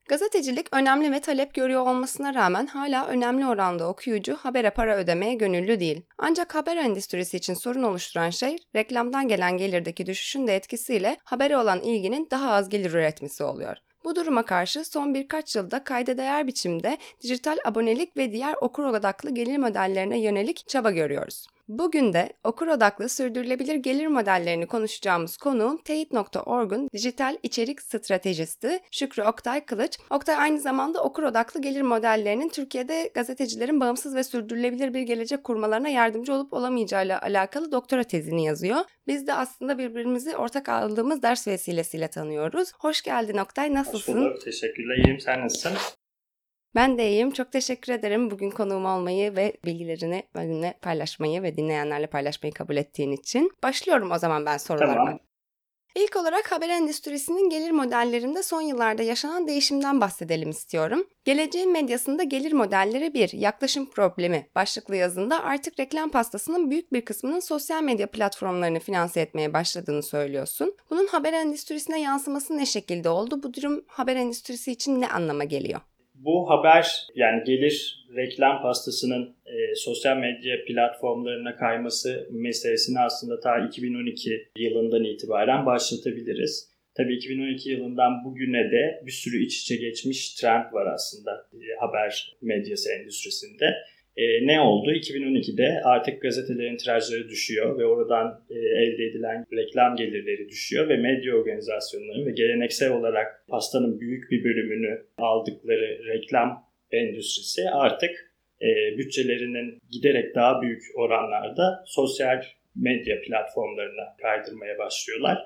Gazetecilik önemli ve talep görüyor olmasına rağmen hala önemli oranda okuyucu habere para ödemeye gönüllü değil. Ancak haber endüstrisi için sorun oluşturan şey reklamdan gelen gelirdeki düşüşün de etkisiyle habere olan ilginin daha az gelir üretmesi oluyor. Bu duruma karşı son birkaç yılda kayda değer biçimde dijital abonelik ve diğer okur odaklı gelir modellerine yönelik çaba görüyoruz. Bugün de okur odaklı sürdürülebilir gelir modellerini konuşacağımız konuğum Teyit.org'un dijital içerik stratejisti Şükrü Oktay Kılıç. Oktay aynı zamanda okur odaklı gelir modellerinin Türkiye'de gazetecilerin bağımsız ve sürdürülebilir bir gelecek kurmalarına yardımcı olup olamayacağıyla alakalı doktora tezini yazıyor. Biz de aslında birbirimizi ortak aldığımız ders vesilesiyle tanıyoruz. Hoş geldin Oktay, nasılsın? Hoş bulduk, teşekkürler. İyiyim, sen nasılsın? Ben de iyiyim. Çok teşekkür ederim bugün konuğum olmayı ve bilgilerini benimle paylaşmayı ve dinleyenlerle paylaşmayı kabul ettiğin için. Başlıyorum o zaman ben sorularıma. Tamam. İlk olarak haber endüstrisinin gelir modellerinde son yıllarda yaşanan değişimden bahsedelim istiyorum. Geleceğin medyasında gelir modelleri bir yaklaşım problemi başlıklı yazında artık reklam pastasının büyük bir kısmının sosyal medya platformlarını finanse etmeye başladığını söylüyorsun. Bunun haber endüstrisine yansıması ne şekilde oldu? Bu durum haber endüstrisi için ne anlama geliyor? Bu haber yani gelir reklam pastasının sosyal medya platformlarına kayması meselesini aslında ta 2012 yılından itibaren başlatabiliriz. Tabii 2012 yılından bugüne de bir sürü iç içe geçmiş trend var aslında haber medyası endüstrisinde. Ne oldu? 2012'de artık gazetelerin tirajları düşüyor ve oradan elde edilen reklam gelirleri düşüyor ve medya organizasyonları ve geleneksel olarak pastanın büyük bir bölümünü aldıkları reklam endüstrisi artık bütçelerinin giderek daha büyük oranlarda sosyal medya platformlarına kaydırmaya başlıyorlar.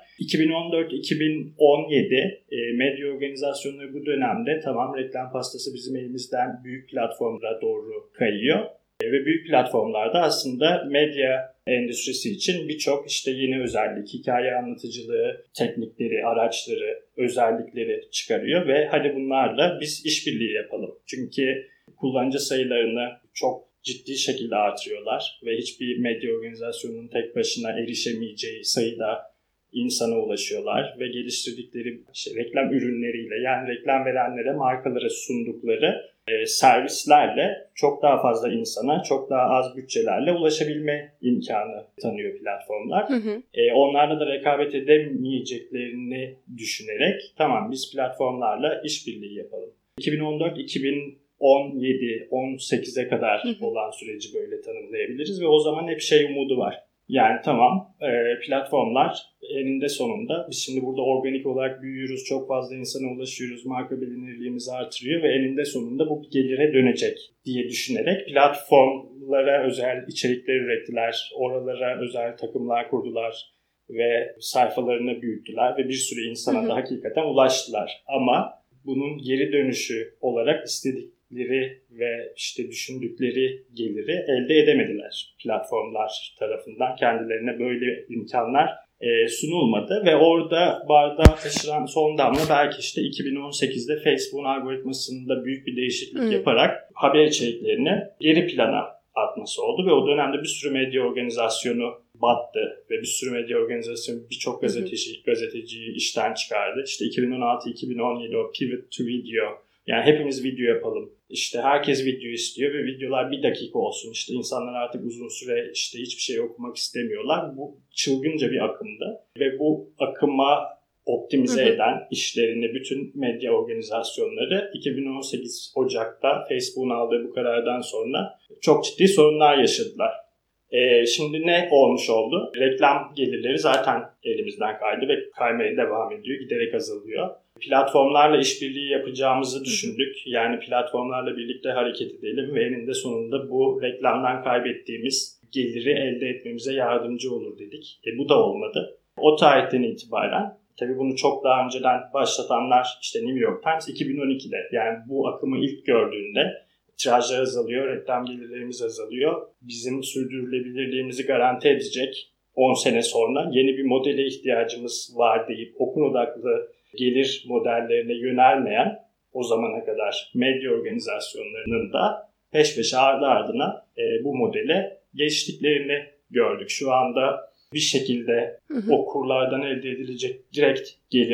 2014-2017 medya organizasyonları bu dönemde tamam reklam pastası bizim elimizden büyük platformlara doğru kayıyor. Ve büyük platformlarda aslında medya endüstrisi için birçok işte yeni özellik, hikaye anlatıcılığı, teknikleri, araçları, özellikleri çıkarıyor ve hadi bunlarla biz işbirliği yapalım. Çünkü kullanıcı sayılarını çok ciddi şekilde artırıyorlar ve hiçbir medya organizasyonunun tek başına erişemeyeceği sayıda insana ulaşıyorlar ve geliştirdikleri reklam ürünleriyle yani reklam verenlere, markalara sundukları servislerle çok daha fazla insana, çok daha az bütçelerle ulaşabilme imkanı tanıyor platformlar. Onlarla da rekabet edemeyeceklerini düşünerek tamam biz platformlarla işbirliği yapalım. 2014-2017-18'e kadar olan süreci böyle tanımlayabiliriz ve o zaman hep umudu var. Yani tamam platformlar eninde sonunda biz şimdi burada organik olarak büyüyoruz, çok fazla insana ulaşıyoruz, marka bilinirliğimizi artırıyor ve eninde sonunda bu gelire dönecek diye düşünerek platformlara özel içerikler ürettiler, oralara özel takımlar kurdular ve sayfalarını büyüttüler ve bir sürü insana da hakikaten ulaştılar. Ama bunun geri dönüşü olarak istedikleri ve işte düşündükleri geliri elde edemediler platformlar tarafından. Kendilerine böyle imkanlar sunulmadı ve orada bardağı taşıran son damla belki işte 2018'de Facebook'un algoritmasında büyük bir değişiklik yaparak haber içeriklerini geri plana atması oldu ve o dönemde bir sürü medya organizasyonu battı ve bir sürü medya organizasyonu birçok gazeteciyi işten çıkardı. İşte 2016-2017 o pivot to video yani hepimiz video yapalım. İşte herkes video istiyor ve videolar 1 dakika olsun. İşte insanlar artık uzun süre işte hiçbir şey okumak istemiyorlar. Bu çılgınca bir akımdı ve bu akıma optimize eden işlerini bütün medya organizasyonları 2018 Ocak'ta Facebook'un aldığı bu karardan sonra çok ciddi sorunlar yaşadılar. Şimdi ne olmuş oldu? Reklam gelirleri zaten elimizden kaydı ve kaymaya devam ediyor. Giderek azalıyor. Platformlarla işbirliği yapacağımızı düşündük. Yani platformlarla birlikte hareket edelim ve eninde sonunda bu reklamdan kaybettiğimiz geliri elde etmemize yardımcı olur dedik. Bu da olmadı. O tarihten itibaren tabii bunu çok daha önceden başlatanlar işte New York Times 2012'de yani bu akımı ilk gördüğünde tirajlar azalıyor, reklam gelirlerimiz azalıyor. Bizim sürdürülebilirliğimizi garanti edecek 10 sene sonra yeni bir modele ihtiyacımız var deyip okur odaklı gelir modellerine yönelmeyen o zamana kadar medya organizasyonlarının da peş peşe ardı ardına bu modele geçtiklerini gördük. Şu anda bir şekilde okurlardan elde edilecek direkt geliri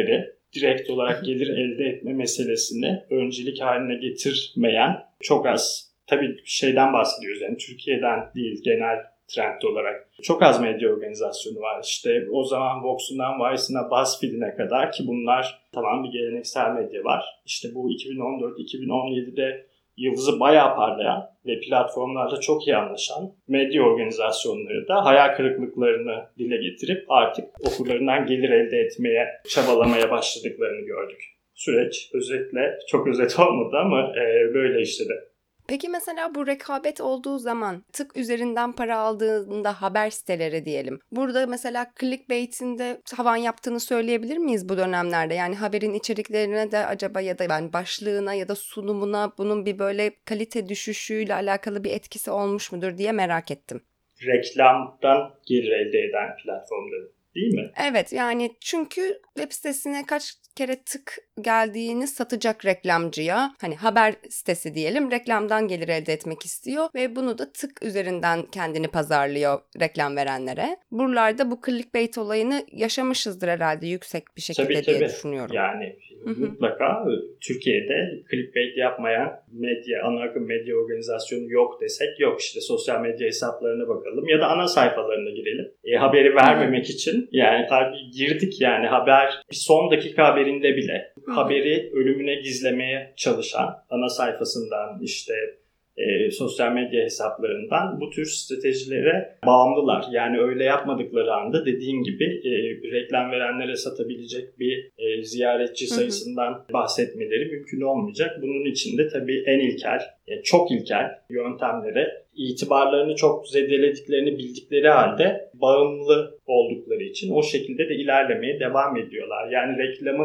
direkt olarak gelir elde etme meselesini öncelik haline getirmeyen çok az, tabii şeyden bahsediyoruz yani Türkiye'den değil, genel trend olarak çok az medya organizasyonu var. İşte o zaman Vox'undan Vice'ına, BuzzFeed'ine kadar, ki bunlar tamam bir geleneksel medya var. İşte bu 2014-2017'de yıldızı bayağı parlayan ve platformlarla çok iyi anlaşan medya organizasyonları da hayal kırıklıklarını dile getirip artık okurlarından gelir elde etmeye çabalamaya başladıklarını gördük. Süreç özetle, çok özet olmadı ama böyle işledi. Peki mesela bu rekabet olduğu zaman tık üzerinden para aldığında haber siteleri diyelim. Burada mesela clickbait'in de tavan yaptığını söyleyebilir miyiz bu dönemlerde? Yani haberin içeriklerine de acaba ya da yani başlığına ya da sunumuna bunun bir böyle kalite düşüşüyle alakalı bir etkisi olmuş mudur diye merak ettim. Reklamdan gelir elde eden platformları değil mi? Evet, yani çünkü web sitesine kaç kere tık geldiğini satacak reklamcıya, hani haber sitesi diyelim, reklamdan gelir elde etmek istiyor ve bunu da tık üzerinden kendini pazarlıyor reklam verenlere. Buralarda bu clickbait olayını yaşamışızdır herhalde yüksek bir şekilde diye düşünüyorum. Yani mutlaka Türkiye'de clickbait yapmayan medya, ana akım medya organizasyonu yok desek yok. İşte sosyal medya hesaplarına bakalım ya da ana sayfalarına girelim. Haberi vermemek için yani girdik, yani haber bir son dakika haberinde bile haberi ölümüne gizlemeye çalışan ana sayfasından işte sosyal medya hesaplarından bu tür stratejilere bağımlılar. Yani öyle yapmadıkları anda dediğin gibi reklam verenlere satabilecek bir ziyaretçi sayısından bahsetmeleri mümkün olmayacak. Bunun için de tabii en ilkel, çok ilkel yöntemlere itibarlarını çok zedelediklerini bildikleri halde bağımlı oldukları için o şekilde de ilerlemeye devam ediyorlar. Yani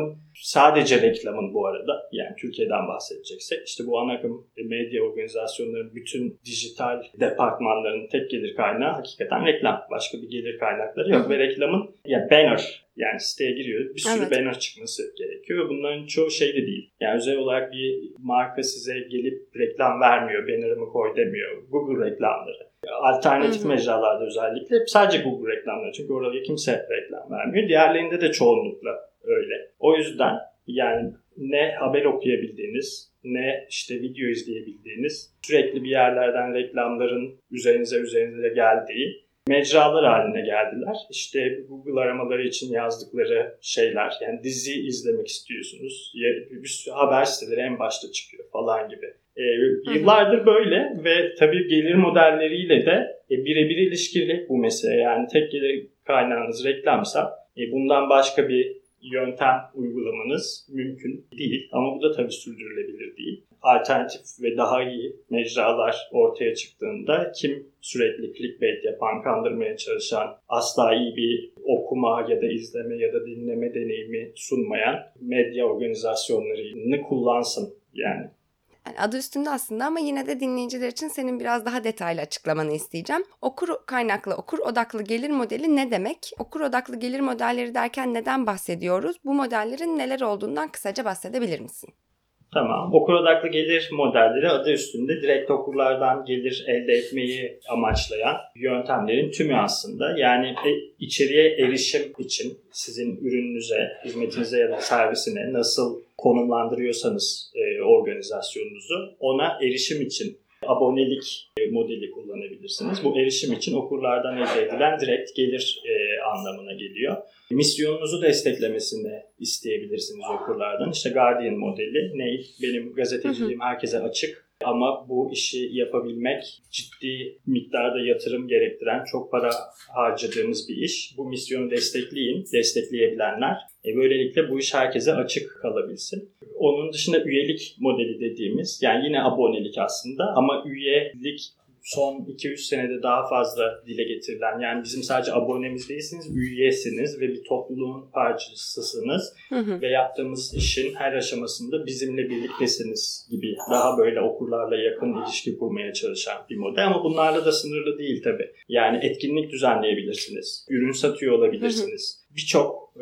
sadece reklamın bu arada, yani Türkiye'den bahsedeceksek işte bu ana akım medya organizasyonlarının bütün dijital departmanlarının tek gelir kaynağı hakikaten reklam. Başka bir gelir kaynakları yok ve reklamın banner, yani siteye giriyor bir sürü banner çıkması gerekiyor. Bunların çoğu şey de değil. Yani özel olarak bir marka size gelip reklam vermiyor, banner'ımı koy demiyor. Google reklamları. Alternatif mecralarda özellikle sadece Google reklamları. Çünkü oraya kimse reklam vermiyor. Diğerlerinde de çoğunlukla öyle. O yüzden yani ne haber okuyabildiğiniz, ne işte video izleyebildiğiniz, sürekli bir yerlerden reklamların üzerinize geldiği mecralar haline geldiler. İşte Google aramaları için yazdıkları şeyler, yani dizi izlemek istiyorsunuz, bir sürü haber siteleri en başta çıkıyor falan gibi. Yıllardır böyle ve tabii gelir modelleriyle de birebir ilişkili bu mesele. Yani tek gelir kaynağınız reklamsa bundan başka bir yöntem uygulamanız mümkün değil. Ama bu da tabii sürdürülebilir değil. Alternatif ve daha iyi mecralar ortaya çıktığında kim sürekli clickbait yapan, kandırmaya çalışan, asla iyi bir okuma ya da izleme ya da dinleme deneyimi sunmayan medya organizasyonlarını kullansın yani. Yani adı üstünde aslında ama yine de dinleyiciler için senin biraz daha detaylı açıklamanı isteyeceğim. Okur kaynaklı, okur odaklı gelir modeli ne demek? Okur odaklı gelir modelleri derken neden bahsediyoruz? Bu modellerin neler olduğundan kısaca bahsedebilir misin? Tamam. Okur odaklı gelir modelleri adı üstünde direkt okurlardan gelir elde etmeyi amaçlayan yöntemlerin tümü aslında. Yani içeriye erişim için sizin ürününüze, hizmetinize ya da servisine nasıl konumlandırıyorsanız organizasyonunuzu, ona erişim için abonelik modeli kullanabilirsiniz. Bu erişim için okurlardan elde edilen direkt gelir anlamına geliyor. Misyonunuzu desteklemesini isteyebilirsiniz okurlardan. İşte Guardian modeli ne? Benim gazeteciliğim herkese açık ama bu işi yapabilmek ciddi miktarda yatırım gerektiren, çok para harcadığımız bir iş. Bu misyonu destekleyebilenler. Böylelikle bu iş herkese açık kalabilsin. Onun dışında üyelik modeli dediğimiz, yani yine abonelik aslında ama üyelik son 2-3 senede daha fazla dile getirilen, yani bizim sadece abonemiz değilsiniz, üyesiniz ve bir topluluğun parçasısınız ve yaptığımız işin her aşamasında bizimle birliktesiniz gibi daha böyle okurlarla yakın ilişki kurmaya çalışan bir model. Ama bunlarla da sınırlı değil tabii. Yani etkinlik düzenleyebilirsiniz, ürün satıyor olabilirsiniz. Birçok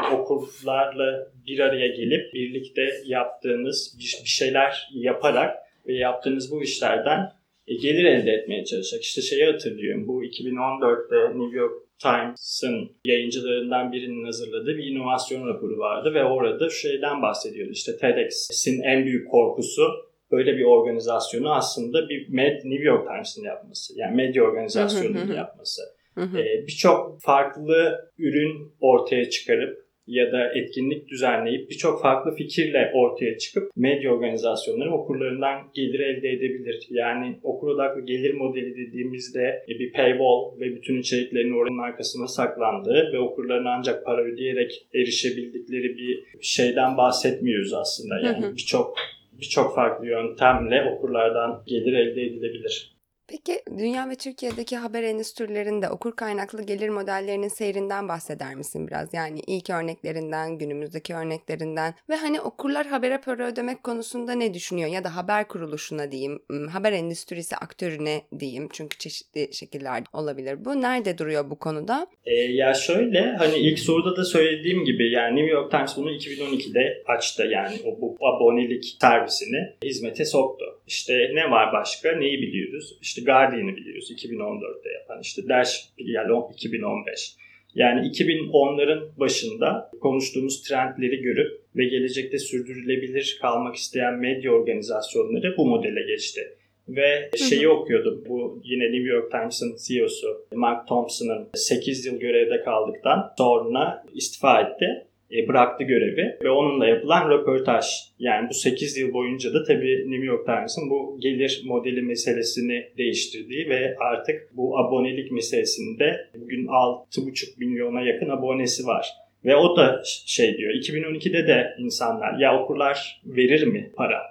okurlarla bir araya gelip birlikte yaptığınız bir şeyler yaparak ve yaptığınız bu işlerden gelir elde etmeye çalışacak. İşte şeyi hatırlıyorum. Bu 2014'te New York Times'ın yayıncılarından birinin hazırladığı bir inovasyon raporu vardı ve orada şeyden bahsediyordu. İşte TEDx'in en büyük korkusu böyle bir organizasyonu aslında bir New York Times'ın yapması. Yani medya organizasyonunun yapması. Birçok farklı ürün ortaya çıkarıp ya da etkinlik düzenleyip birçok farklı fikirle ortaya çıkıp medya organizasyonları okurlarından gelir elde edebilir. Yani okur odaklı gelir modeli dediğimizde bir paywall ve bütün içeriklerin oranın arkasına saklandığı ve okurlarına ancak para ödeyerek erişebildikleri bir şeyden bahsetmiyoruz aslında. Yani birçok farklı yöntemle okurlardan gelir elde edilebilir. Peki dünya ve Türkiye'deki haber endüstrilerinde okur kaynaklı gelir modellerinin seyrinden bahseder misin biraz? Yani ilk örneklerinden, günümüzdeki örneklerinden ve hani okurlar habere para ödemek konusunda ne düşünüyor? Ya da haber kuruluşuna diyeyim, haber endüstrisi aktörüne diyeyim çünkü çeşitli şekillerde olabilir. Bu nerede duruyor bu konuda? Ya şöyle hani ilk soruda da söylediğim gibi yani New York Times bunu 2012'de açtı yani bu abonelik servisini hizmete soktu. İşte ne var başka? Neyi biliyoruz? İşte Guardian'ı biliyoruz 2014'te yapan. İşte Der Spiegel 2015. Yani 2010'ların başında konuştuğumuz trendleri görüp ve gelecekte sürdürülebilir kalmak isteyen medya organizasyonları bu modele geçti. Ve şeyi okuyordum. Bu yine New York Times'ın CEO'su Mark Thompson'ın 8 yıl görevde kaldıktan sonra istifa etti. Bıraktı görevi ve onunla yapılan röportaj. Yani bu 8 yıl boyunca da tabii New York Times'ın bu gelir modeli meselesini değiştirdiği ve artık bu abonelik meselesinde bugün 6,5 milyona yakın abonesi var. Ve o da şey diyor, 2012'de de insanlar ya okurlar verir mi para?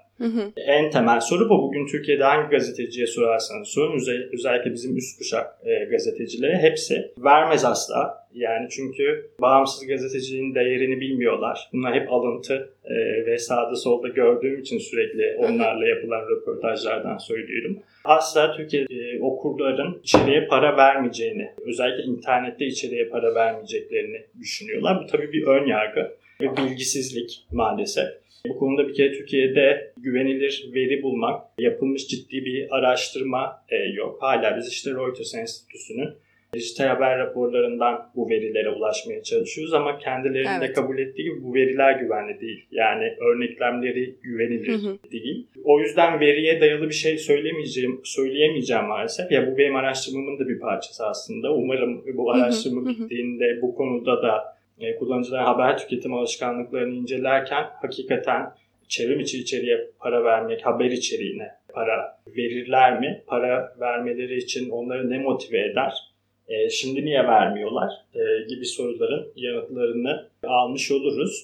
En temel soru bu. Bugün Türkiye'de hangi gazeteciye sorarsanız sorun, özellikle bizim üst kuşak gazetecilere hepsi vermez asla. Yani çünkü bağımsız gazeteciliğin değerini bilmiyorlar. Bunlar hep alıntı ve sağda solda gördüğüm için sürekli onlarla yapılan röportajlardan söylüyorum. Asla Türkiye'de okurların içeriye para vermeyeceğini, özellikle internette içeriye para vermeyeceklerini düşünüyorlar. Bu tabii bir ön yargı ve bilgisizlik maalesef. Bu konuda bir kere Türkiye'de güvenilir veri bulmak, yapılmış ciddi bir araştırma yok. Hala biz işte Reuters Enstitüsü'nün dijital haber raporlarından bu verilere ulaşmaya çalışıyoruz ama kendilerinin de kabul ettiği gibi bu veriler güvenli değil. Yani örneklemleri güvenilir değil. O yüzden veriye dayalı bir şey söyleyemeyeceğim maalesef. Ya bu benim araştırmamın da bir parçası aslında. Umarım bu araştırma bittiğinde bu konuda da kullanıcıların haber tüketim alışkanlıklarını incelerken hakikaten çevrim içi içeriğe para vermek, haber içeriğine para verirler mi? Para vermeleri için onları ne motive eder? Şimdi niye vermiyorlar? Gibi soruların yanıtlarını almış oluruz.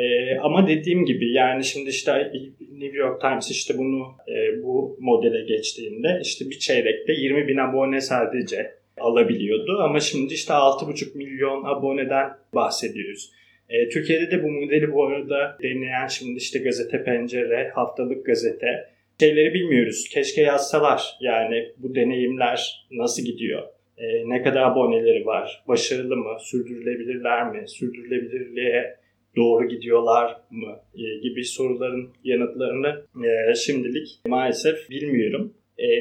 Ama dediğim gibi yani şimdi işte New York Times işte bunu bu modele geçtiğinde işte bir çeyrekte 20 bin abone sadece alabiliyordu ama şimdi işte 6,5 milyon aboneden bahsediyoruz. Türkiye'de de bu modeli bu arada deneyen şimdi işte Gazete Pencere, Haftalık Gazete şeyleri bilmiyoruz. Keşke yazsalar yani bu deneyimler nasıl gidiyor? Ne kadar aboneleri var? Başarılı mı? Sürdürülebilirler mi? Sürdürülebilirliğe doğru gidiyorlar mı? Gibi soruların yanıtlarını şimdilik maalesef bilmiyorum.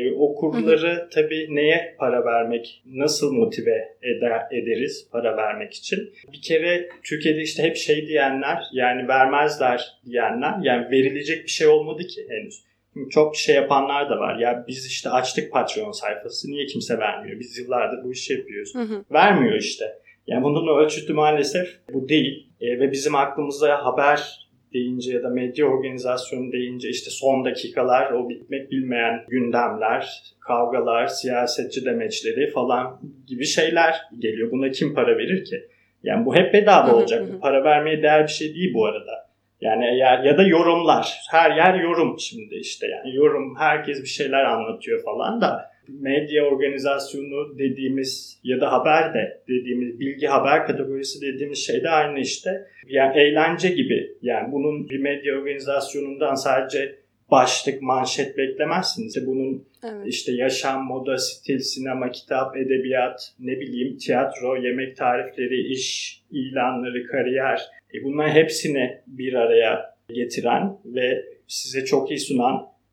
Okurları tabii neye para vermek, nasıl motive ederiz para vermek için? Bir kere Türkiye'de işte hep şey diyenler, yani vermezler diyenler, yani verilecek bir şey olmadı ki henüz. Çok şey yapanlar da var. Ya biz işte açtık Patreon sayfası, niye kimse vermiyor? Biz yıllardır bu işi yapıyoruz. Vermiyor işte. Yani bunun ölçütü maalesef bu değil. Ve bizim aklımızda haber deyince ya da medya organizasyonu deyince işte son dakikalar, o bitmek bilmeyen gündemler, kavgalar, siyasetçi demeçleri falan gibi şeyler geliyor. Buna kim para verir ki? Yani bu hep bedava olacak. Bu para vermeye değer bir şey değil bu arada. Yani eğer ya da yorumlar. Her yer yorum şimdi işte yani yorum, herkes bir şeyler anlatıyor falan da medya organizasyonu dediğimiz ya da haber de dediğimiz bilgi haber kategorisi dediğimiz şey de aynı işte. Yani eğlence gibi. Yani bunun bir medya organizasyonundan sadece başlık, manşet beklemezsiniz. İşte bunun işte yaşam, moda, stil, sinema, kitap, edebiyat, ne bileyim tiyatro, yemek tarifleri, iş ilanları, kariyer, bunların hepsini bir araya getiren ve size çok iyi sunan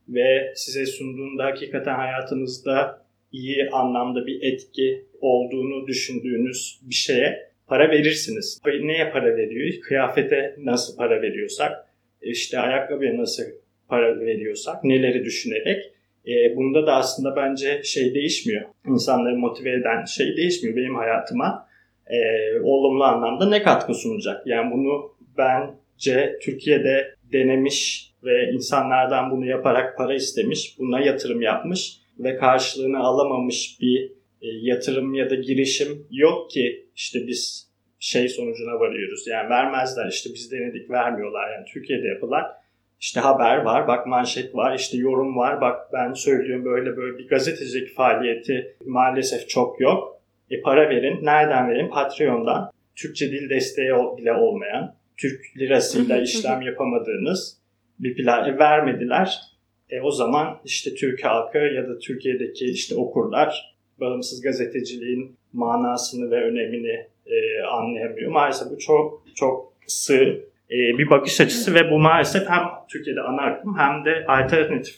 ve size sunduğunda hakikaten hayatınızda iyi anlamda bir etki olduğunu düşündüğünüz bir şeye para verirsiniz. Neye para veriyor? Kıyafete nasıl para veriyorsak, işte ayakkabıya nasıl para veriyorsak, neleri düşünerek. Bunda da aslında bence şey değişmiyor. İnsanları motive eden şey değişmiyor. Benim hayatıma olumlu anlamda ne katkı sunacak? Yani bunu bence Türkiye'de denemiş ve insanlardan bunu yaparak para istemiş, buna yatırım yapmış ve karşılığını alamamış bir yatırım ya da girişim yok ki işte biz şey sonucuna varıyoruz. Yani vermezler, işte biz denedik, vermiyorlar. Yani Türkiye'de yapılan işte haber var, bak manşet var, işte yorum var, bak ben söylüyorum böyle böyle, bir gazetecilik faaliyeti maalesef çok yok. Para verin. Nereden verin? Patreon'dan. Türkçe dil desteği bile olmayan, Türk lirasıyla işlem yapamadığınız bir plan vermediler. O zaman işte Türk halkı ya da Türkiye'deki işte okurlar bağımsız gazeteciliğin manasını ve önemini anlayamıyor. Maalesef bu çok çok sığ bir bakış açısı ve bu maalesef hem Türkiye'de ana akım hem de alternatif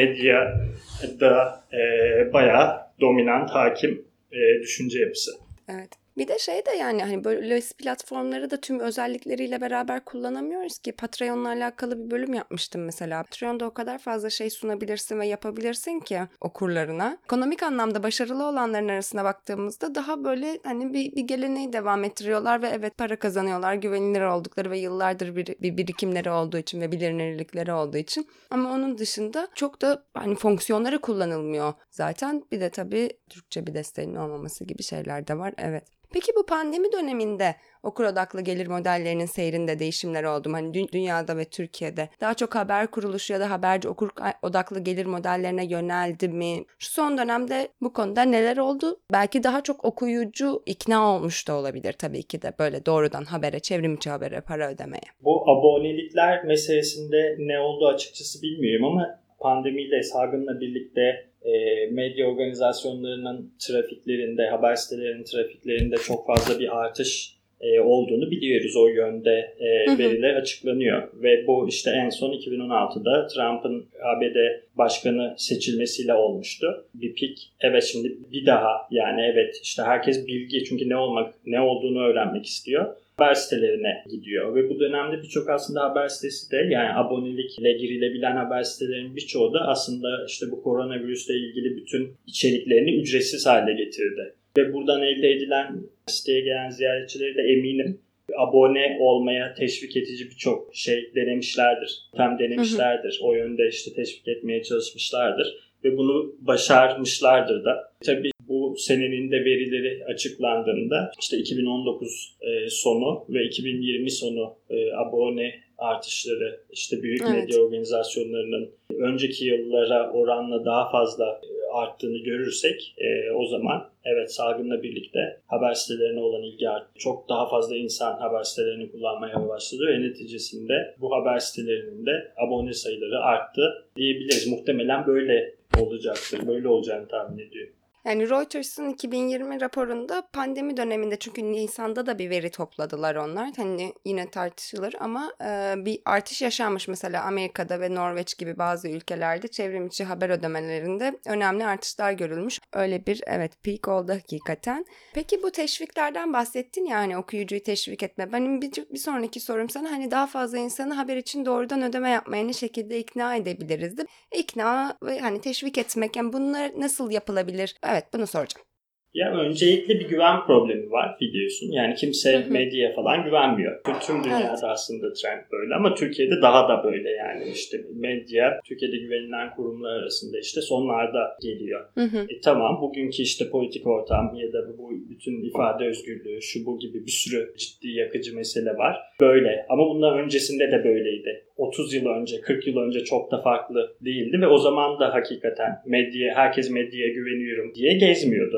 medyada bayağı dominant, hakim düşünce yapısı. Evet. Bir de şey de yani hani böyle platformları da tüm özellikleriyle beraber kullanamıyoruz ki. Patreon'la alakalı bir bölüm yapmıştım mesela. Patreon'da o kadar fazla şey sunabilirsin ve yapabilirsin ki okurlarına. Ekonomik anlamda başarılı olanların arasına baktığımızda daha böyle hani bir geleneği devam ettiriyorlar ve evet para kazanıyorlar. Güvenilir oldukları ve yıllardır bir birikimleri olduğu için ve bilinirlikleri olduğu için. Ama onun dışında çok da hani fonksiyonları kullanılmıyor zaten. Bir de tabii Türkçe bir desteğinin olmaması gibi şeyler de var. Evet. Peki bu pandemi döneminde okur odaklı gelir modellerinin seyrinde değişimler oldu mu? Hani dünyada ve Türkiye'de daha çok haber kuruluşu ya da haberci okur odaklı gelir modellerine yöneldi mi? Şu son dönemde bu konuda neler oldu? Belki daha çok okuyucu ikna olmuş da olabilir tabii ki de böyle doğrudan habere, çevrimiçi habere para ödemeye. Bu abonelikler meselesinde ne oldu açıkçası bilmiyorum ama pandemiyle, salgınla birlikte medya organizasyonlarının trafiklerinde, haber sitelerinin trafiklerinde çok fazla bir artış olduğunu biliyoruz. O yönde veriler açıklanıyor. Ve bu işte en son 2016'da Trump'ın ABD başkanı seçilmesiyle olmuştu. Bir pik. Evet, şimdi bir daha yani evet işte herkes bilgi, çünkü ne olduğunu öğrenmek istiyor. Haber sitelerine gidiyor ve bu dönemde birçok aslında haber sitesi de, yani abonelikle girilebilen haber sitelerinin birçoğu da aslında işte bu koronavirüsle ilgili bütün içeriklerini ücretsiz hale getirdi. Ve buradan elde edilen, siteye gelen ziyaretçileri de eminim abone olmaya teşvik edici birçok şey denemişlerdir. Denemişlerdir. O yönde işte teşvik etmeye çalışmışlardır ve bunu başarmışlardır da. Tabii bu senenin de verileri açıklandığında işte 2019 sonu ve 2020 sonu abone artışları, işte büyük medya organizasyonlarının önceki yıllara oranla daha fazla arttığını görürsek o zaman evet, salgınla birlikte haber sitelerine olan ilgi arttı. Çok daha fazla insan haber sitelerini kullanmaya başladı ve neticesinde bu haber sitelerinin de abone sayıları arttı diyebiliriz. Muhtemelen böyle olacaktır. Böyle olacağını tahmin ediyorum. Yani Reuters'ın 2020 raporunda pandemi döneminde, çünkü Nisan'da da bir veri topladılar onlar. Hani yine tartışılır ama bir artış yaşanmış mesela Amerika'da ve Norveç gibi bazı ülkelerde çevrimiçi haber ödemelerinde önemli artışlar görülmüş. Öyle bir peak oldu hakikaten. Peki bu teşviklerden bahsettin ya, hani okuyucuyu teşvik etme. Benim bir sonraki sorum sana, hani daha fazla insanı haber için doğrudan ödeme yapmaya ne şekilde ikna edebiliriz? İkna ve hani teşvik etmek, yani bunlar nasıl yapılabilir? Evet, bunu soracağım. Ya öncelikle bir güven problemi var biliyorsun. Yani kimse medyaya falan güvenmiyor. Tüm dünyada aslında trend böyle ama Türkiye'de daha da böyle, yani işte medya Türkiye'de güvenilen kurumlar arasında işte sonlarda geliyor. Tamam, bugünkü işte politik ortam ya da bu bütün ifade özgürlüğü, şu bu gibi bir sürü ciddi yakıcı mesele var. Böyle, ama bundan öncesinde de böyleydi. 30 yıl önce, 40 yıl önce çok da farklı değildi ve o zaman da hakikaten herkes medyaya güveniyorum diye gezmiyordu.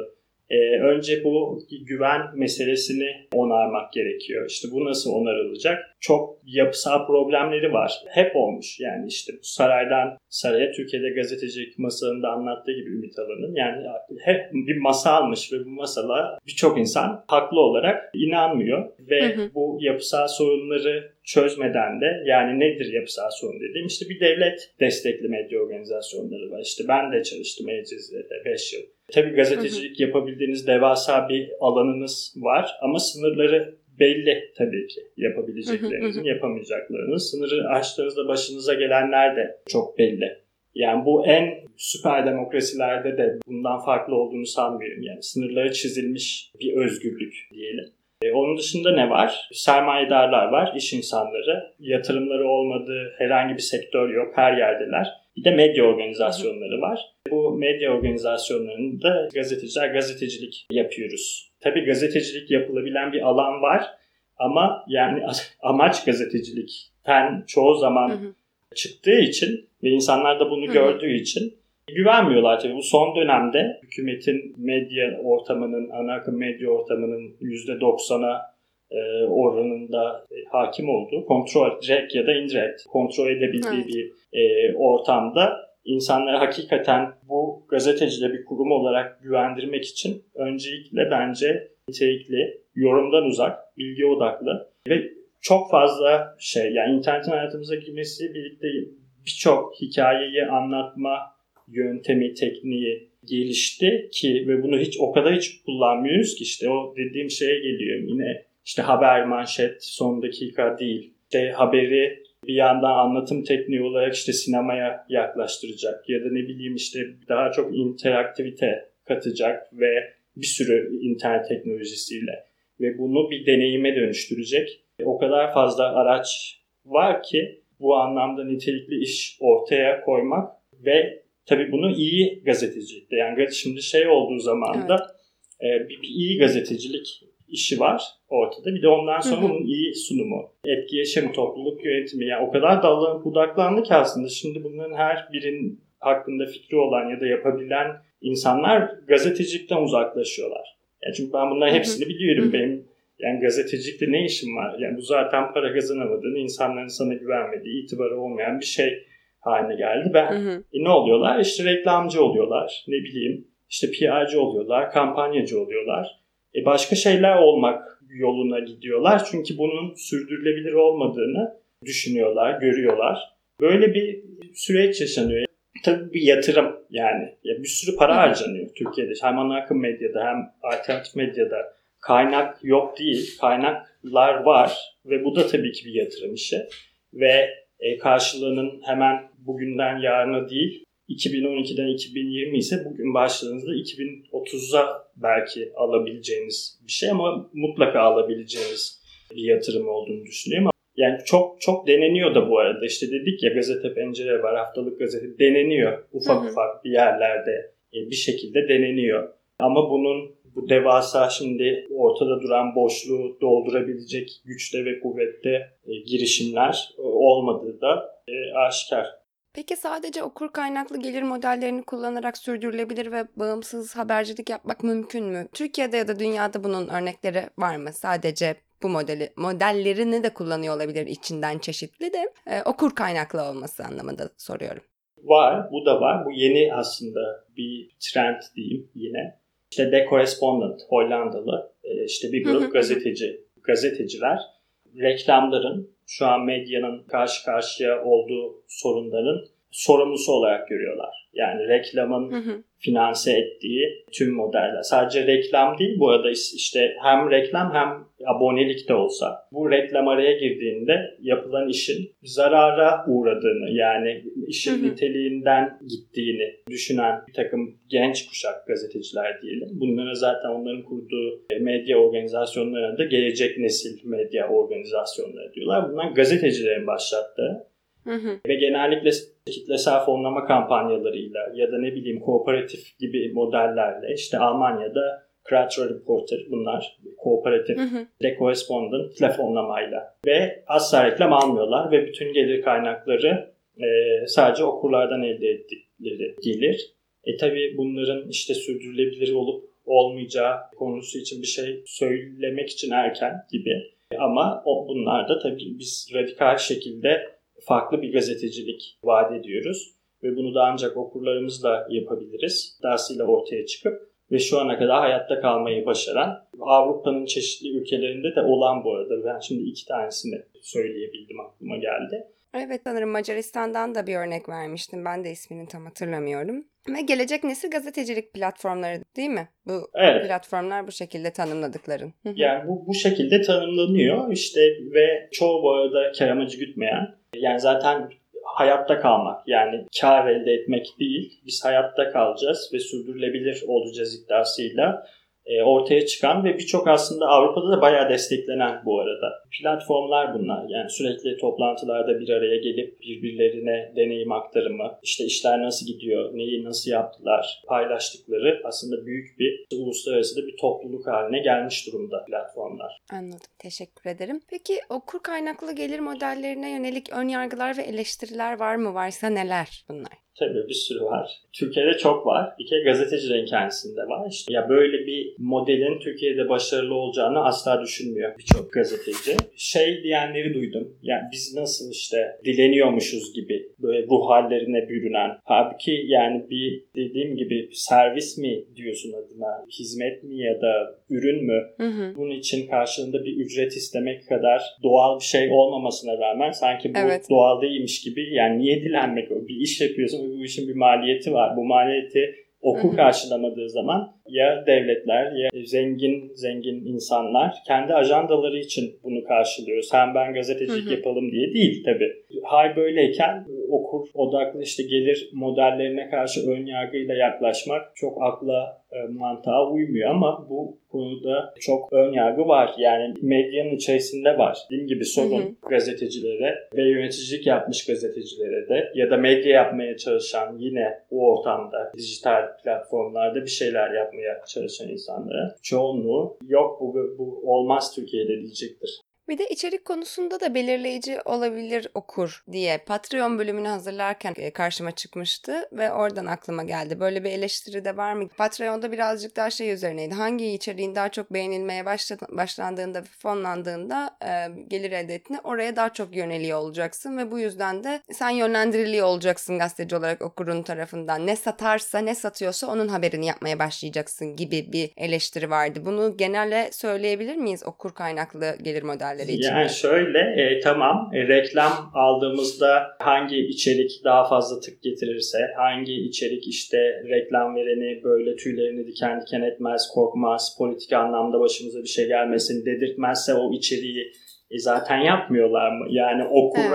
Önce bu güven meselesini onarmak gerekiyor. İşte bu nasıl onarılacak? Çok yapısal problemleri var. Hep olmuş. Yani işte bu saraydan saraya, Türkiye'de gazetecilik masalında anlattığı gibi Ümit Alan'ın. Yani hep bir masalmış ve bu masala birçok insan haklı olarak inanmıyor. Ve bu yapısal sorunları çözmeden de, yani nedir yapısal sorun dediğim, işte bir devlet destekli medya organizasyonları var. İşte ben de çalıştım Ecezi'de 5 yıl. Tabii gazetecilik yapabildiğiniz devasa bir alanınız var ama sınırları belli tabii ki, yapabileceklerinizin, yapamayacaklarınız. Sınırı aştığınızda başınıza gelenler de çok belli. Yani bu en süper demokrasilerde de bundan farklı olduğunu sanmıyorum. Yani sınırları çizilmiş bir özgürlük diyelim. Onun dışında ne var? Sermayedarlar var, iş insanları. Yatırımları olmadığı herhangi bir sektör yok, her yerdeler. Bir de medya organizasyonları var. Bu medya organizasyonlarında gazeteciler gazetecilik yapıyoruz. Tabii gazetecilik yapılabilen bir alan var ama yani amaç gazetecilikten çoğu zaman çıktığı için ve insanlar da bunu gördüğü için güvenmiyorlar tabii. Bu son dönemde hükümetin medya ortamının, ana akım medya ortamının %90'a oranında hakim olduğu, kontrol, direkt ya da indirekt kontrol edebildiği bir ortamda insanları hakikaten bu gazetecide bir kurum olarak güvendirmek için öncelikle bence nitelikli, yorumdan uzak, bilgi odaklı ve çok fazla yani internetin hayatımıza girmesiyle birlikte birçok hikayeyi anlatma yöntemi, tekniği gelişti ki ve bunu o kadar hiç kullanmıyoruz ki, işte o dediğim şeye geliyor yine, işte haber, manşet, son dakika değil. İşte haberi bir yandan anlatım tekniği olarak işte sinemaya yaklaştıracak ya da ne bileyim işte daha çok interaktivite katacak ve bir sürü internet teknolojisiyle ve bunu bir deneyime dönüştürecek. O kadar fazla araç var ki bu anlamda nitelikli iş ortaya koymak ve tabii bunu iyi gazetecilikte, yani şimdi olduğu zaman da bir iyi gazetecilik işi var ortada. Bir de ondan sonra bunun iyi sunumu, etkileşim, topluluk yönetimi, yani o kadar dallanıp budaklandı ki aslında şimdi bunların her birinin hakkında fikri olan ya da yapabilen insanlar gazetecilikten uzaklaşıyorlar. Yani çünkü ben bunların hepsini biliyorum. Benim yani gazetecilikte ne işim var? Yani bu zaten para kazanamadığın, insanların sana güvenmediği, itibarı olmayan bir şey haline geldi. Ne oluyorlar? İşte reklamcı oluyorlar. Ne bileyim işte PR'cı oluyorlar, kampanyacı oluyorlar. Başka şeyler olmak yoluna gidiyorlar. Çünkü bunun sürdürülebilir olmadığını düşünüyorlar, görüyorlar. Böyle bir süreç yaşanıyor. Tabii bir yatırım yani. Ya bir sürü para harcanıyor Türkiye'de. Hem ana akım medyada hem alternatif medyada. Kaynak yok değil. Kaynaklar var ve bu da tabii ki bir yatırım işi. Ve karşılığının hemen bugünden yarına değil, 2012'den 2020 ise bugün başladığınızda 2030'a belki alabileceğiniz bir şey ama mutlaka alabileceğiniz bir yatırım olduğunu düşünüyorum. Yani çok çok deneniyor da bu arada. İşte dedik ya, gazete pencere var, haftalık gazete deneniyor. Ufak bir yerlerde bir şekilde deneniyor. Ama bu devasa şimdi ortada duran boşluğu doldurabilecek güçte ve kuvvette girişimler olmadığı da aşikar. Peki sadece okur kaynaklı gelir modellerini kullanarak sürdürülebilir ve bağımsız habercilik yapmak mümkün mü? Türkiye'de ya da dünyada bunun örnekleri var mı? Sadece bu modellerini de kullanıyor olabilir, içinden çeşitli de okur kaynaklı olması anlamında soruyorum. Var, bu da var. Bu yeni aslında bir trend diyeyim yine. İşte The Correspondent, Hollandalı işte bir grup gazeteciler reklamların, şu an medyanın karşı karşıya olduğu sorunların sorumlusu olarak görüyorlar. Yani reklamın finanse ettiği tüm modeller. Sadece reklam değil bu arada, işte hem reklam hem abonelik de olsa. Bu reklam araya girdiğinde yapılan işin zarara uğradığını, yani işin niteliğinden gittiğini düşünen bir takım genç kuşak gazeteciler diyelim. Bunlara zaten onların kurduğu medya organizasyonlarına da gelecek nesil medya organizasyonları diyorlar. Bunlar gazetecilerin başlattığı ve genellikle kitlesel fonlama kampanyalarıyla ya da ne bileyim kooperatif gibi modellerle, işte Almanya'da Creator Reporter, bunlar kooperatif, The Correspondent kitle fonlamayla ve asla reklam almıyorlar ve bütün gelir kaynakları sadece okurlardan elde ettikleri gelir. Tabii bunların işte sürdürülebilir olup olmayacağı konusu için bir şey söylemek için erken gibi. Ama bunlar da tabii biz radikal şekilde farklı bir gazetecilik vaat ediyoruz. Ve bunu da ancak okurlarımızla yapabiliriz. Iddiasıyla ortaya çıkıp ve şu ana kadar hayatta kalmayı başaran, Avrupa'nın çeşitli ülkelerinde de olan bu arada. Ben şimdi 2 tanesini söyleyebildim, aklıma geldi. Evet, sanırım Macaristan'dan da bir örnek vermiştim. Ben de ismini tam hatırlamıyorum. Ve gelecek nesil gazetecilik platformları değil mi? Bu Evet. platformlar bu şekilde tanımladıkların. Yani bu şekilde tanımlanıyor işte ve çoğu bu arada kar amacı gütmeyen. Yani zaten hayatta kalmak, yani kar elde etmek değil, biz hayatta kalacağız ve sürdürülebilir olacağız iddiasıyla ortaya çıkan ve birçok aslında Avrupa'da da bayağı desteklenen bu arada platformlar bunlar. Yani sürekli toplantılarda bir araya gelip birbirlerine deneyim aktarımı, işte işler nasıl gidiyor, neyi nasıl yaptılar paylaştıkları aslında büyük bir uluslararası da bir topluluk haline gelmiş durumda platformlar. Anladım. Teşekkür ederim. Peki okur kaynaklı gelir modellerine yönelik ön yargılar ve eleştiriler var mı? Varsa neler bunlar? Tabii bir sürü var. Türkiye'de çok var. Bir kere gazetecilerin kendisinde var. İşte ya böyle bir modelin Türkiye'de başarılı olacağını asla düşünmüyor birçok gazeteci. Şey diyenleri duydum. Yani biz nasıl işte dileniyormuşuz gibi böyle ruh hallerine bürünen. Halbuki yani bir dediğim gibi servis mi diyorsun adına, hizmet mi ya da ürün mü? Bunun için karşılığında bir ücret istemek kadar doğal bir şey olmamasına rağmen sanki bu doğal değilmiş gibi. Yani niye dilenmek? Bir iş yapıyorsun. Bu işin bir maliyeti var. Bu maliyeti okur karşılamadığı zaman ya devletler ya zengin insanlar kendi ajandaları için bunu karşılıyor. Sen ben gazetecilik yapalım diye değil tabii. Hal böyleyken okur odaklı işte gelir modellerine karşı ön yargıyla yaklaşmak çok akla mantığa uymuyor ama bu konuda çok ön yargı var. Yani medyanın içerisinde var. Dediğim gibi sorun gazetecilere ve yöneticilik yapmış gazetecilere de ya da medya yapmaya çalışan yine o ortamda dijital platformlarda bir şeyler yapmaya çalışan insanlara çoğunluğu yok bu olmaz Türkiye'de diyecektir. Bir de içerik konusunda da belirleyici olabilir okur diye Patreon bölümünü hazırlarken karşıma çıkmıştı ve oradan aklıma geldi. Böyle bir eleştiri de var mı? Patreon'da birazcık daha şey üzerineydi. Hangi içeriğin daha çok beğenilmeye başlandığında ve fonlandığında gelir elde ettiğinde oraya daha çok yöneliyor olacaksın ve bu yüzden de sen yönlendiriliyor olacaksın gazeteci olarak okurun tarafından. Ne satarsa, ne satıyorsa onun haberini yapmaya başlayacaksın gibi bir eleştiri vardı. Bunu genelde söyleyebilir miyiz okur kaynaklı gelir modelleri? Yani şöyle tamam reklam aldığımızda hangi içerik daha fazla tık getirirse, hangi içerik işte reklam vereni böyle tüylerini diken diken etmez, korkmaz, politik anlamda başımıza bir şey gelmesin dedirtmezse o içeriği zaten yapmıyorlar mı? Yani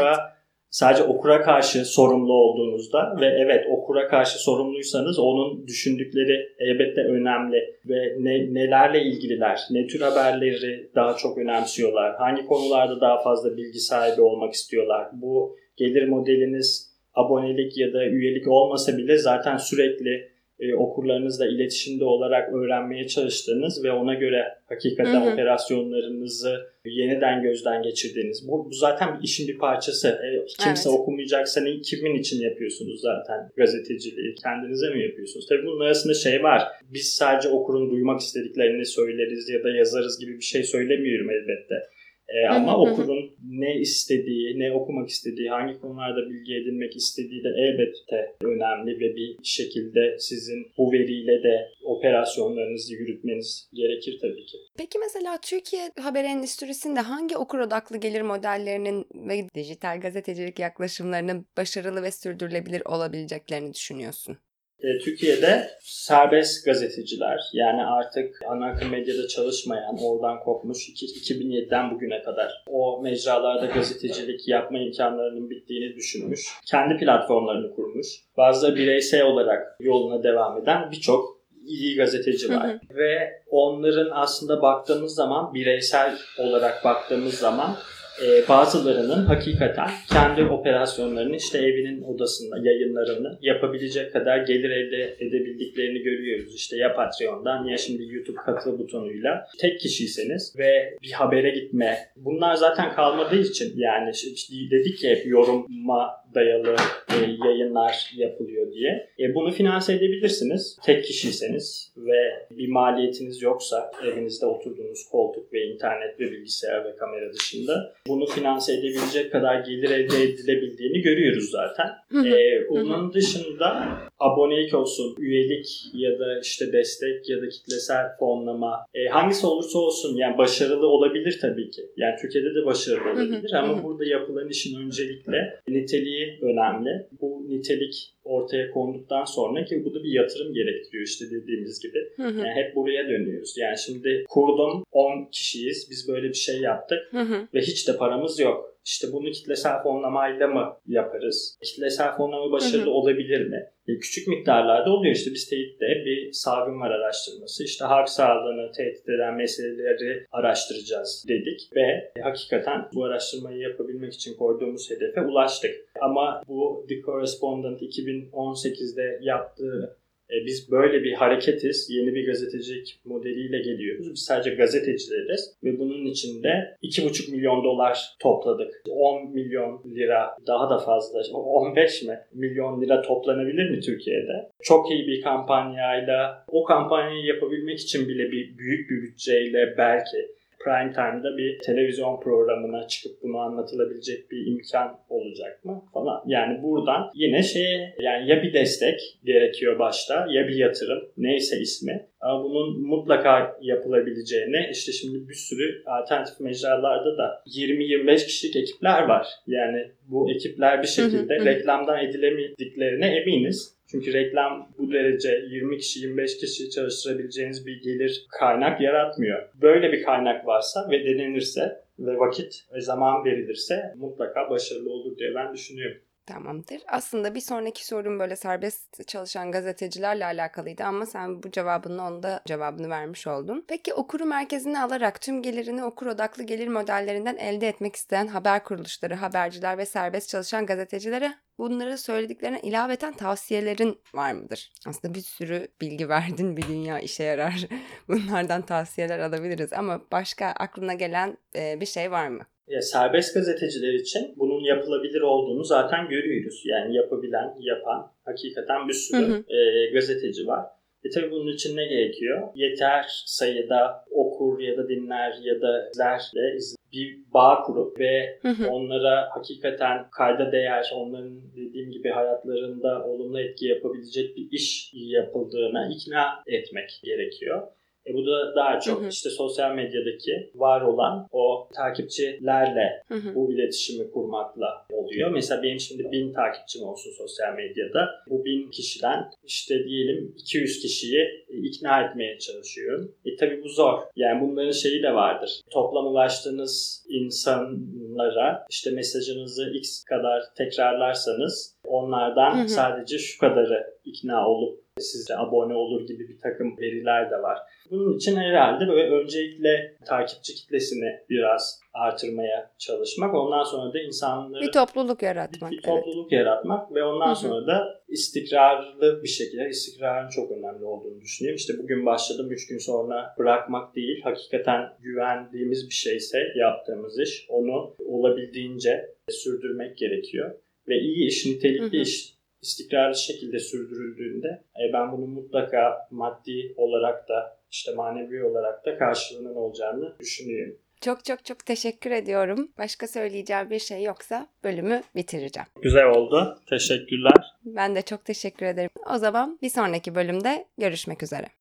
sadece okura karşı sorumlu olduğunuzda ve evet okura karşı sorumluysanız onun düşündükleri elbette önemli ve nelerle ilgililer, ne tür haberleri daha çok önemsiyorlar, hangi konularda daha fazla bilgi sahibi olmak istiyorlar. Bu gelir modeliniz abonelik ya da üyelik olmasa bile zaten sürekli okurlarınızla iletişimde olarak öğrenmeye çalıştığınız ve ona göre hakikaten operasyonlarınızı yeniden gözden geçirdiğiniz. Bu zaten işin bir parçası. Kimse okumayacaksa kimin için yapıyorsunuz zaten gazeteciliği? Kendinize mi yapıyorsunuz? Tabii bunun arasında şey var. Biz sadece okurun duymak istediklerini söyleriz ya da yazarız gibi bir şey söylemiyorum elbette. Ama okurun ne istediği, ne okumak istediği, hangi konularda bilgi edinmek istediği de elbette önemli ve bir şekilde sizin bu veriyle de operasyonlarınızı yürütmeniz gerekir tabii ki. Peki mesela Türkiye haber endüstrisinde hangi okur odaklı gelir modellerinin ve dijital gazetecilik yaklaşımlarının başarılı ve sürdürülebilir olabileceklerini düşünüyorsun? Türkiye'de serbest gazeteciler yani artık ana akım medyada çalışmayan, oradan kopmuş 2007'den bugüne kadar o mecralarda gazetecilik yapma imkanlarının bittiğini düşünmüş. Kendi platformlarını kurmuş. Bazıları bireysel olarak yoluna devam eden birçok iyi gazeteci var. Ve onların aslında baktığımız zaman bireysel olarak baktığımız zaman bazılarının hakikaten kendi operasyonlarını işte evinin odasında yayınlarını yapabilecek kadar gelir elde edebildiklerini görüyoruz. İşte ya Patreon'dan ya şimdi YouTube katıl butonuyla tek kişiyseniz ve bir habere gitme. Bunlar zaten kalmadığı için yani işte dedik ki hep yoruma dayalı yayınlar yapılıyor diye. Bunu finanse edebilirsiniz. Tek kişiyseniz ve bir maliyetiniz yoksa, evinizde oturduğunuz koltuk ve internet ve bilgisayar ve kamera dışında bunu finanse edebilecek kadar gelir elde edilebildiğini görüyoruz zaten. Onun dışında abonelik olsun, üyelik ya da işte destek ya da kitlesel fonlama hangisi olursa olsun yani başarılı olabilir tabii ki. Yani Türkiye'de de başarılı olabilir ama burada yapılan işin öncelikle niteliği önemli. Bu nitelik ortaya konduktan sonra ki bu da bir yatırım gerektiriyor işte dediğimiz gibi. Yani hep buraya dönüyoruz. Yani şimdi kurdum 10 kişiyiz. Biz böyle bir şey yaptık ve hiç de paramız yok. İşte bunu kitlesel fonlamayla mı yaparız? Kitlesel fonlama başarılı olabilir mi? Küçük miktarlarda oluyor. İşte biz TEİT'te bir salgın var araştırması. İşte halk sağlığını tehdit eden meseleleri araştıracağız dedik ve hakikaten bu araştırmayı yapabilmek için koyduğumuz hedefe ulaştık. Ama bu The Correspondent 2018'de yaptığı biz böyle bir hareketiz. Yeni bir gazetecilik modeliyle geliyoruz. Biz sadece gazetecileriz ve bunun içinde $2,5 milyon topladık. 10 milyon lira daha da fazla. 15 milyon lira toplanabilir mi Türkiye'de? Çok iyi bir kampanyayla o kampanyayı yapabilmek için bile büyük bir bütçeyle belki prime time'da bir televizyon programına çıkıp bunu anlatılabilecek bir imkan olacak mı falan. Yani buradan yine yani ya bir destek gerekiyor başta ya bir yatırım neyse ismi. Ama bunun mutlaka yapılabileceğine işte şimdi bir sürü alternatif mecralarda da 20-25 kişilik ekipler var. Yani bu ekipler bir şekilde reklamdan edilemediklerine eminiz. Çünkü reklam bu derece 20 kişi 25 kişi çalıştırabileceğiniz bir gelir kaynak yaratmıyor. Böyle bir kaynak varsa ve denenirse ve vakit ve zaman verilirse mutlaka başarılı olur diye ben düşünüyorum. Tamamdır. Aslında bir sonraki sorum böyle serbest çalışan gazetecilerle alakalıydı ama sen bu cevabınla onda cevabını vermiş oldun. Peki okuru merkezine alarak tüm gelirini okur odaklı gelir modellerinden elde etmek isteyen haber kuruluşları, haberciler ve serbest çalışan gazetecilere bunları söylediklerine ilaveten tavsiyelerin var mıdır? Aslında bir sürü bilgi verdin, bir dünya işe yarar. Bunlardan tavsiyeler alabiliriz ama başka aklına gelen bir şey var mı? Serbest gazeteciler için bunun yapılabilir olduğunu zaten görüyoruz. Yani yapabilen, yapan hakikaten bir sürü gazeteci var. Tabii bunun için ne gerekiyor? Yeter sayıda okur ya da dinler ya da izlerle bir bağ kurup ve onlara hakikaten kayda değer, onların dediğim gibi hayatlarında olumlu etki yapabilecek bir iş yapıldığına ikna etmek gerekiyor. Bu da daha çok işte sosyal medyadaki var olan o takipçilerle bu iletişimi kurmakla oluyor. Mesela benim şimdi 1000 takipçim olsun sosyal medyada. Bu 1000 kişiden işte diyelim 200 kişiyi ikna etmeye çalışıyorum. Tabii bu zor. Yani bunların şeyi de vardır. Toplam ulaştığınız insanlara işte mesajınızı X kadar tekrarlarsanız onlardan sadece şu kadarı ikna olup size abone olur gibi bir takım veriler de var. Bunun için herhalde böyle öncelikle takipçi kitlesini biraz artırmaya çalışmak. Ondan sonra da insanları bir topluluk yaratmak. Bir topluluk yaratmak ve ondan sonra da istikrarlı bir şekilde, istikrarın çok önemli olduğunu düşünüyorum. İşte bugün başladım, 3 gün sonra bırakmak değil, hakikaten güvendiğimiz bir şeyse yaptığımız iş, onu olabildiğince sürdürmek gerekiyor. Ve iyi iş, nitelikli iş istikrarlı şekilde sürdürüldüğünde ben bunun mutlaka maddi olarak da işte manevi olarak da karşılığının olacağını düşünüyorum. Çok çok çok teşekkür ediyorum. Başka söyleyeceğim bir şey yoksa bölümü bitireceğim. Güzel oldu. Teşekkürler. Ben de çok teşekkür ederim. O zaman bir sonraki bölümde görüşmek üzere.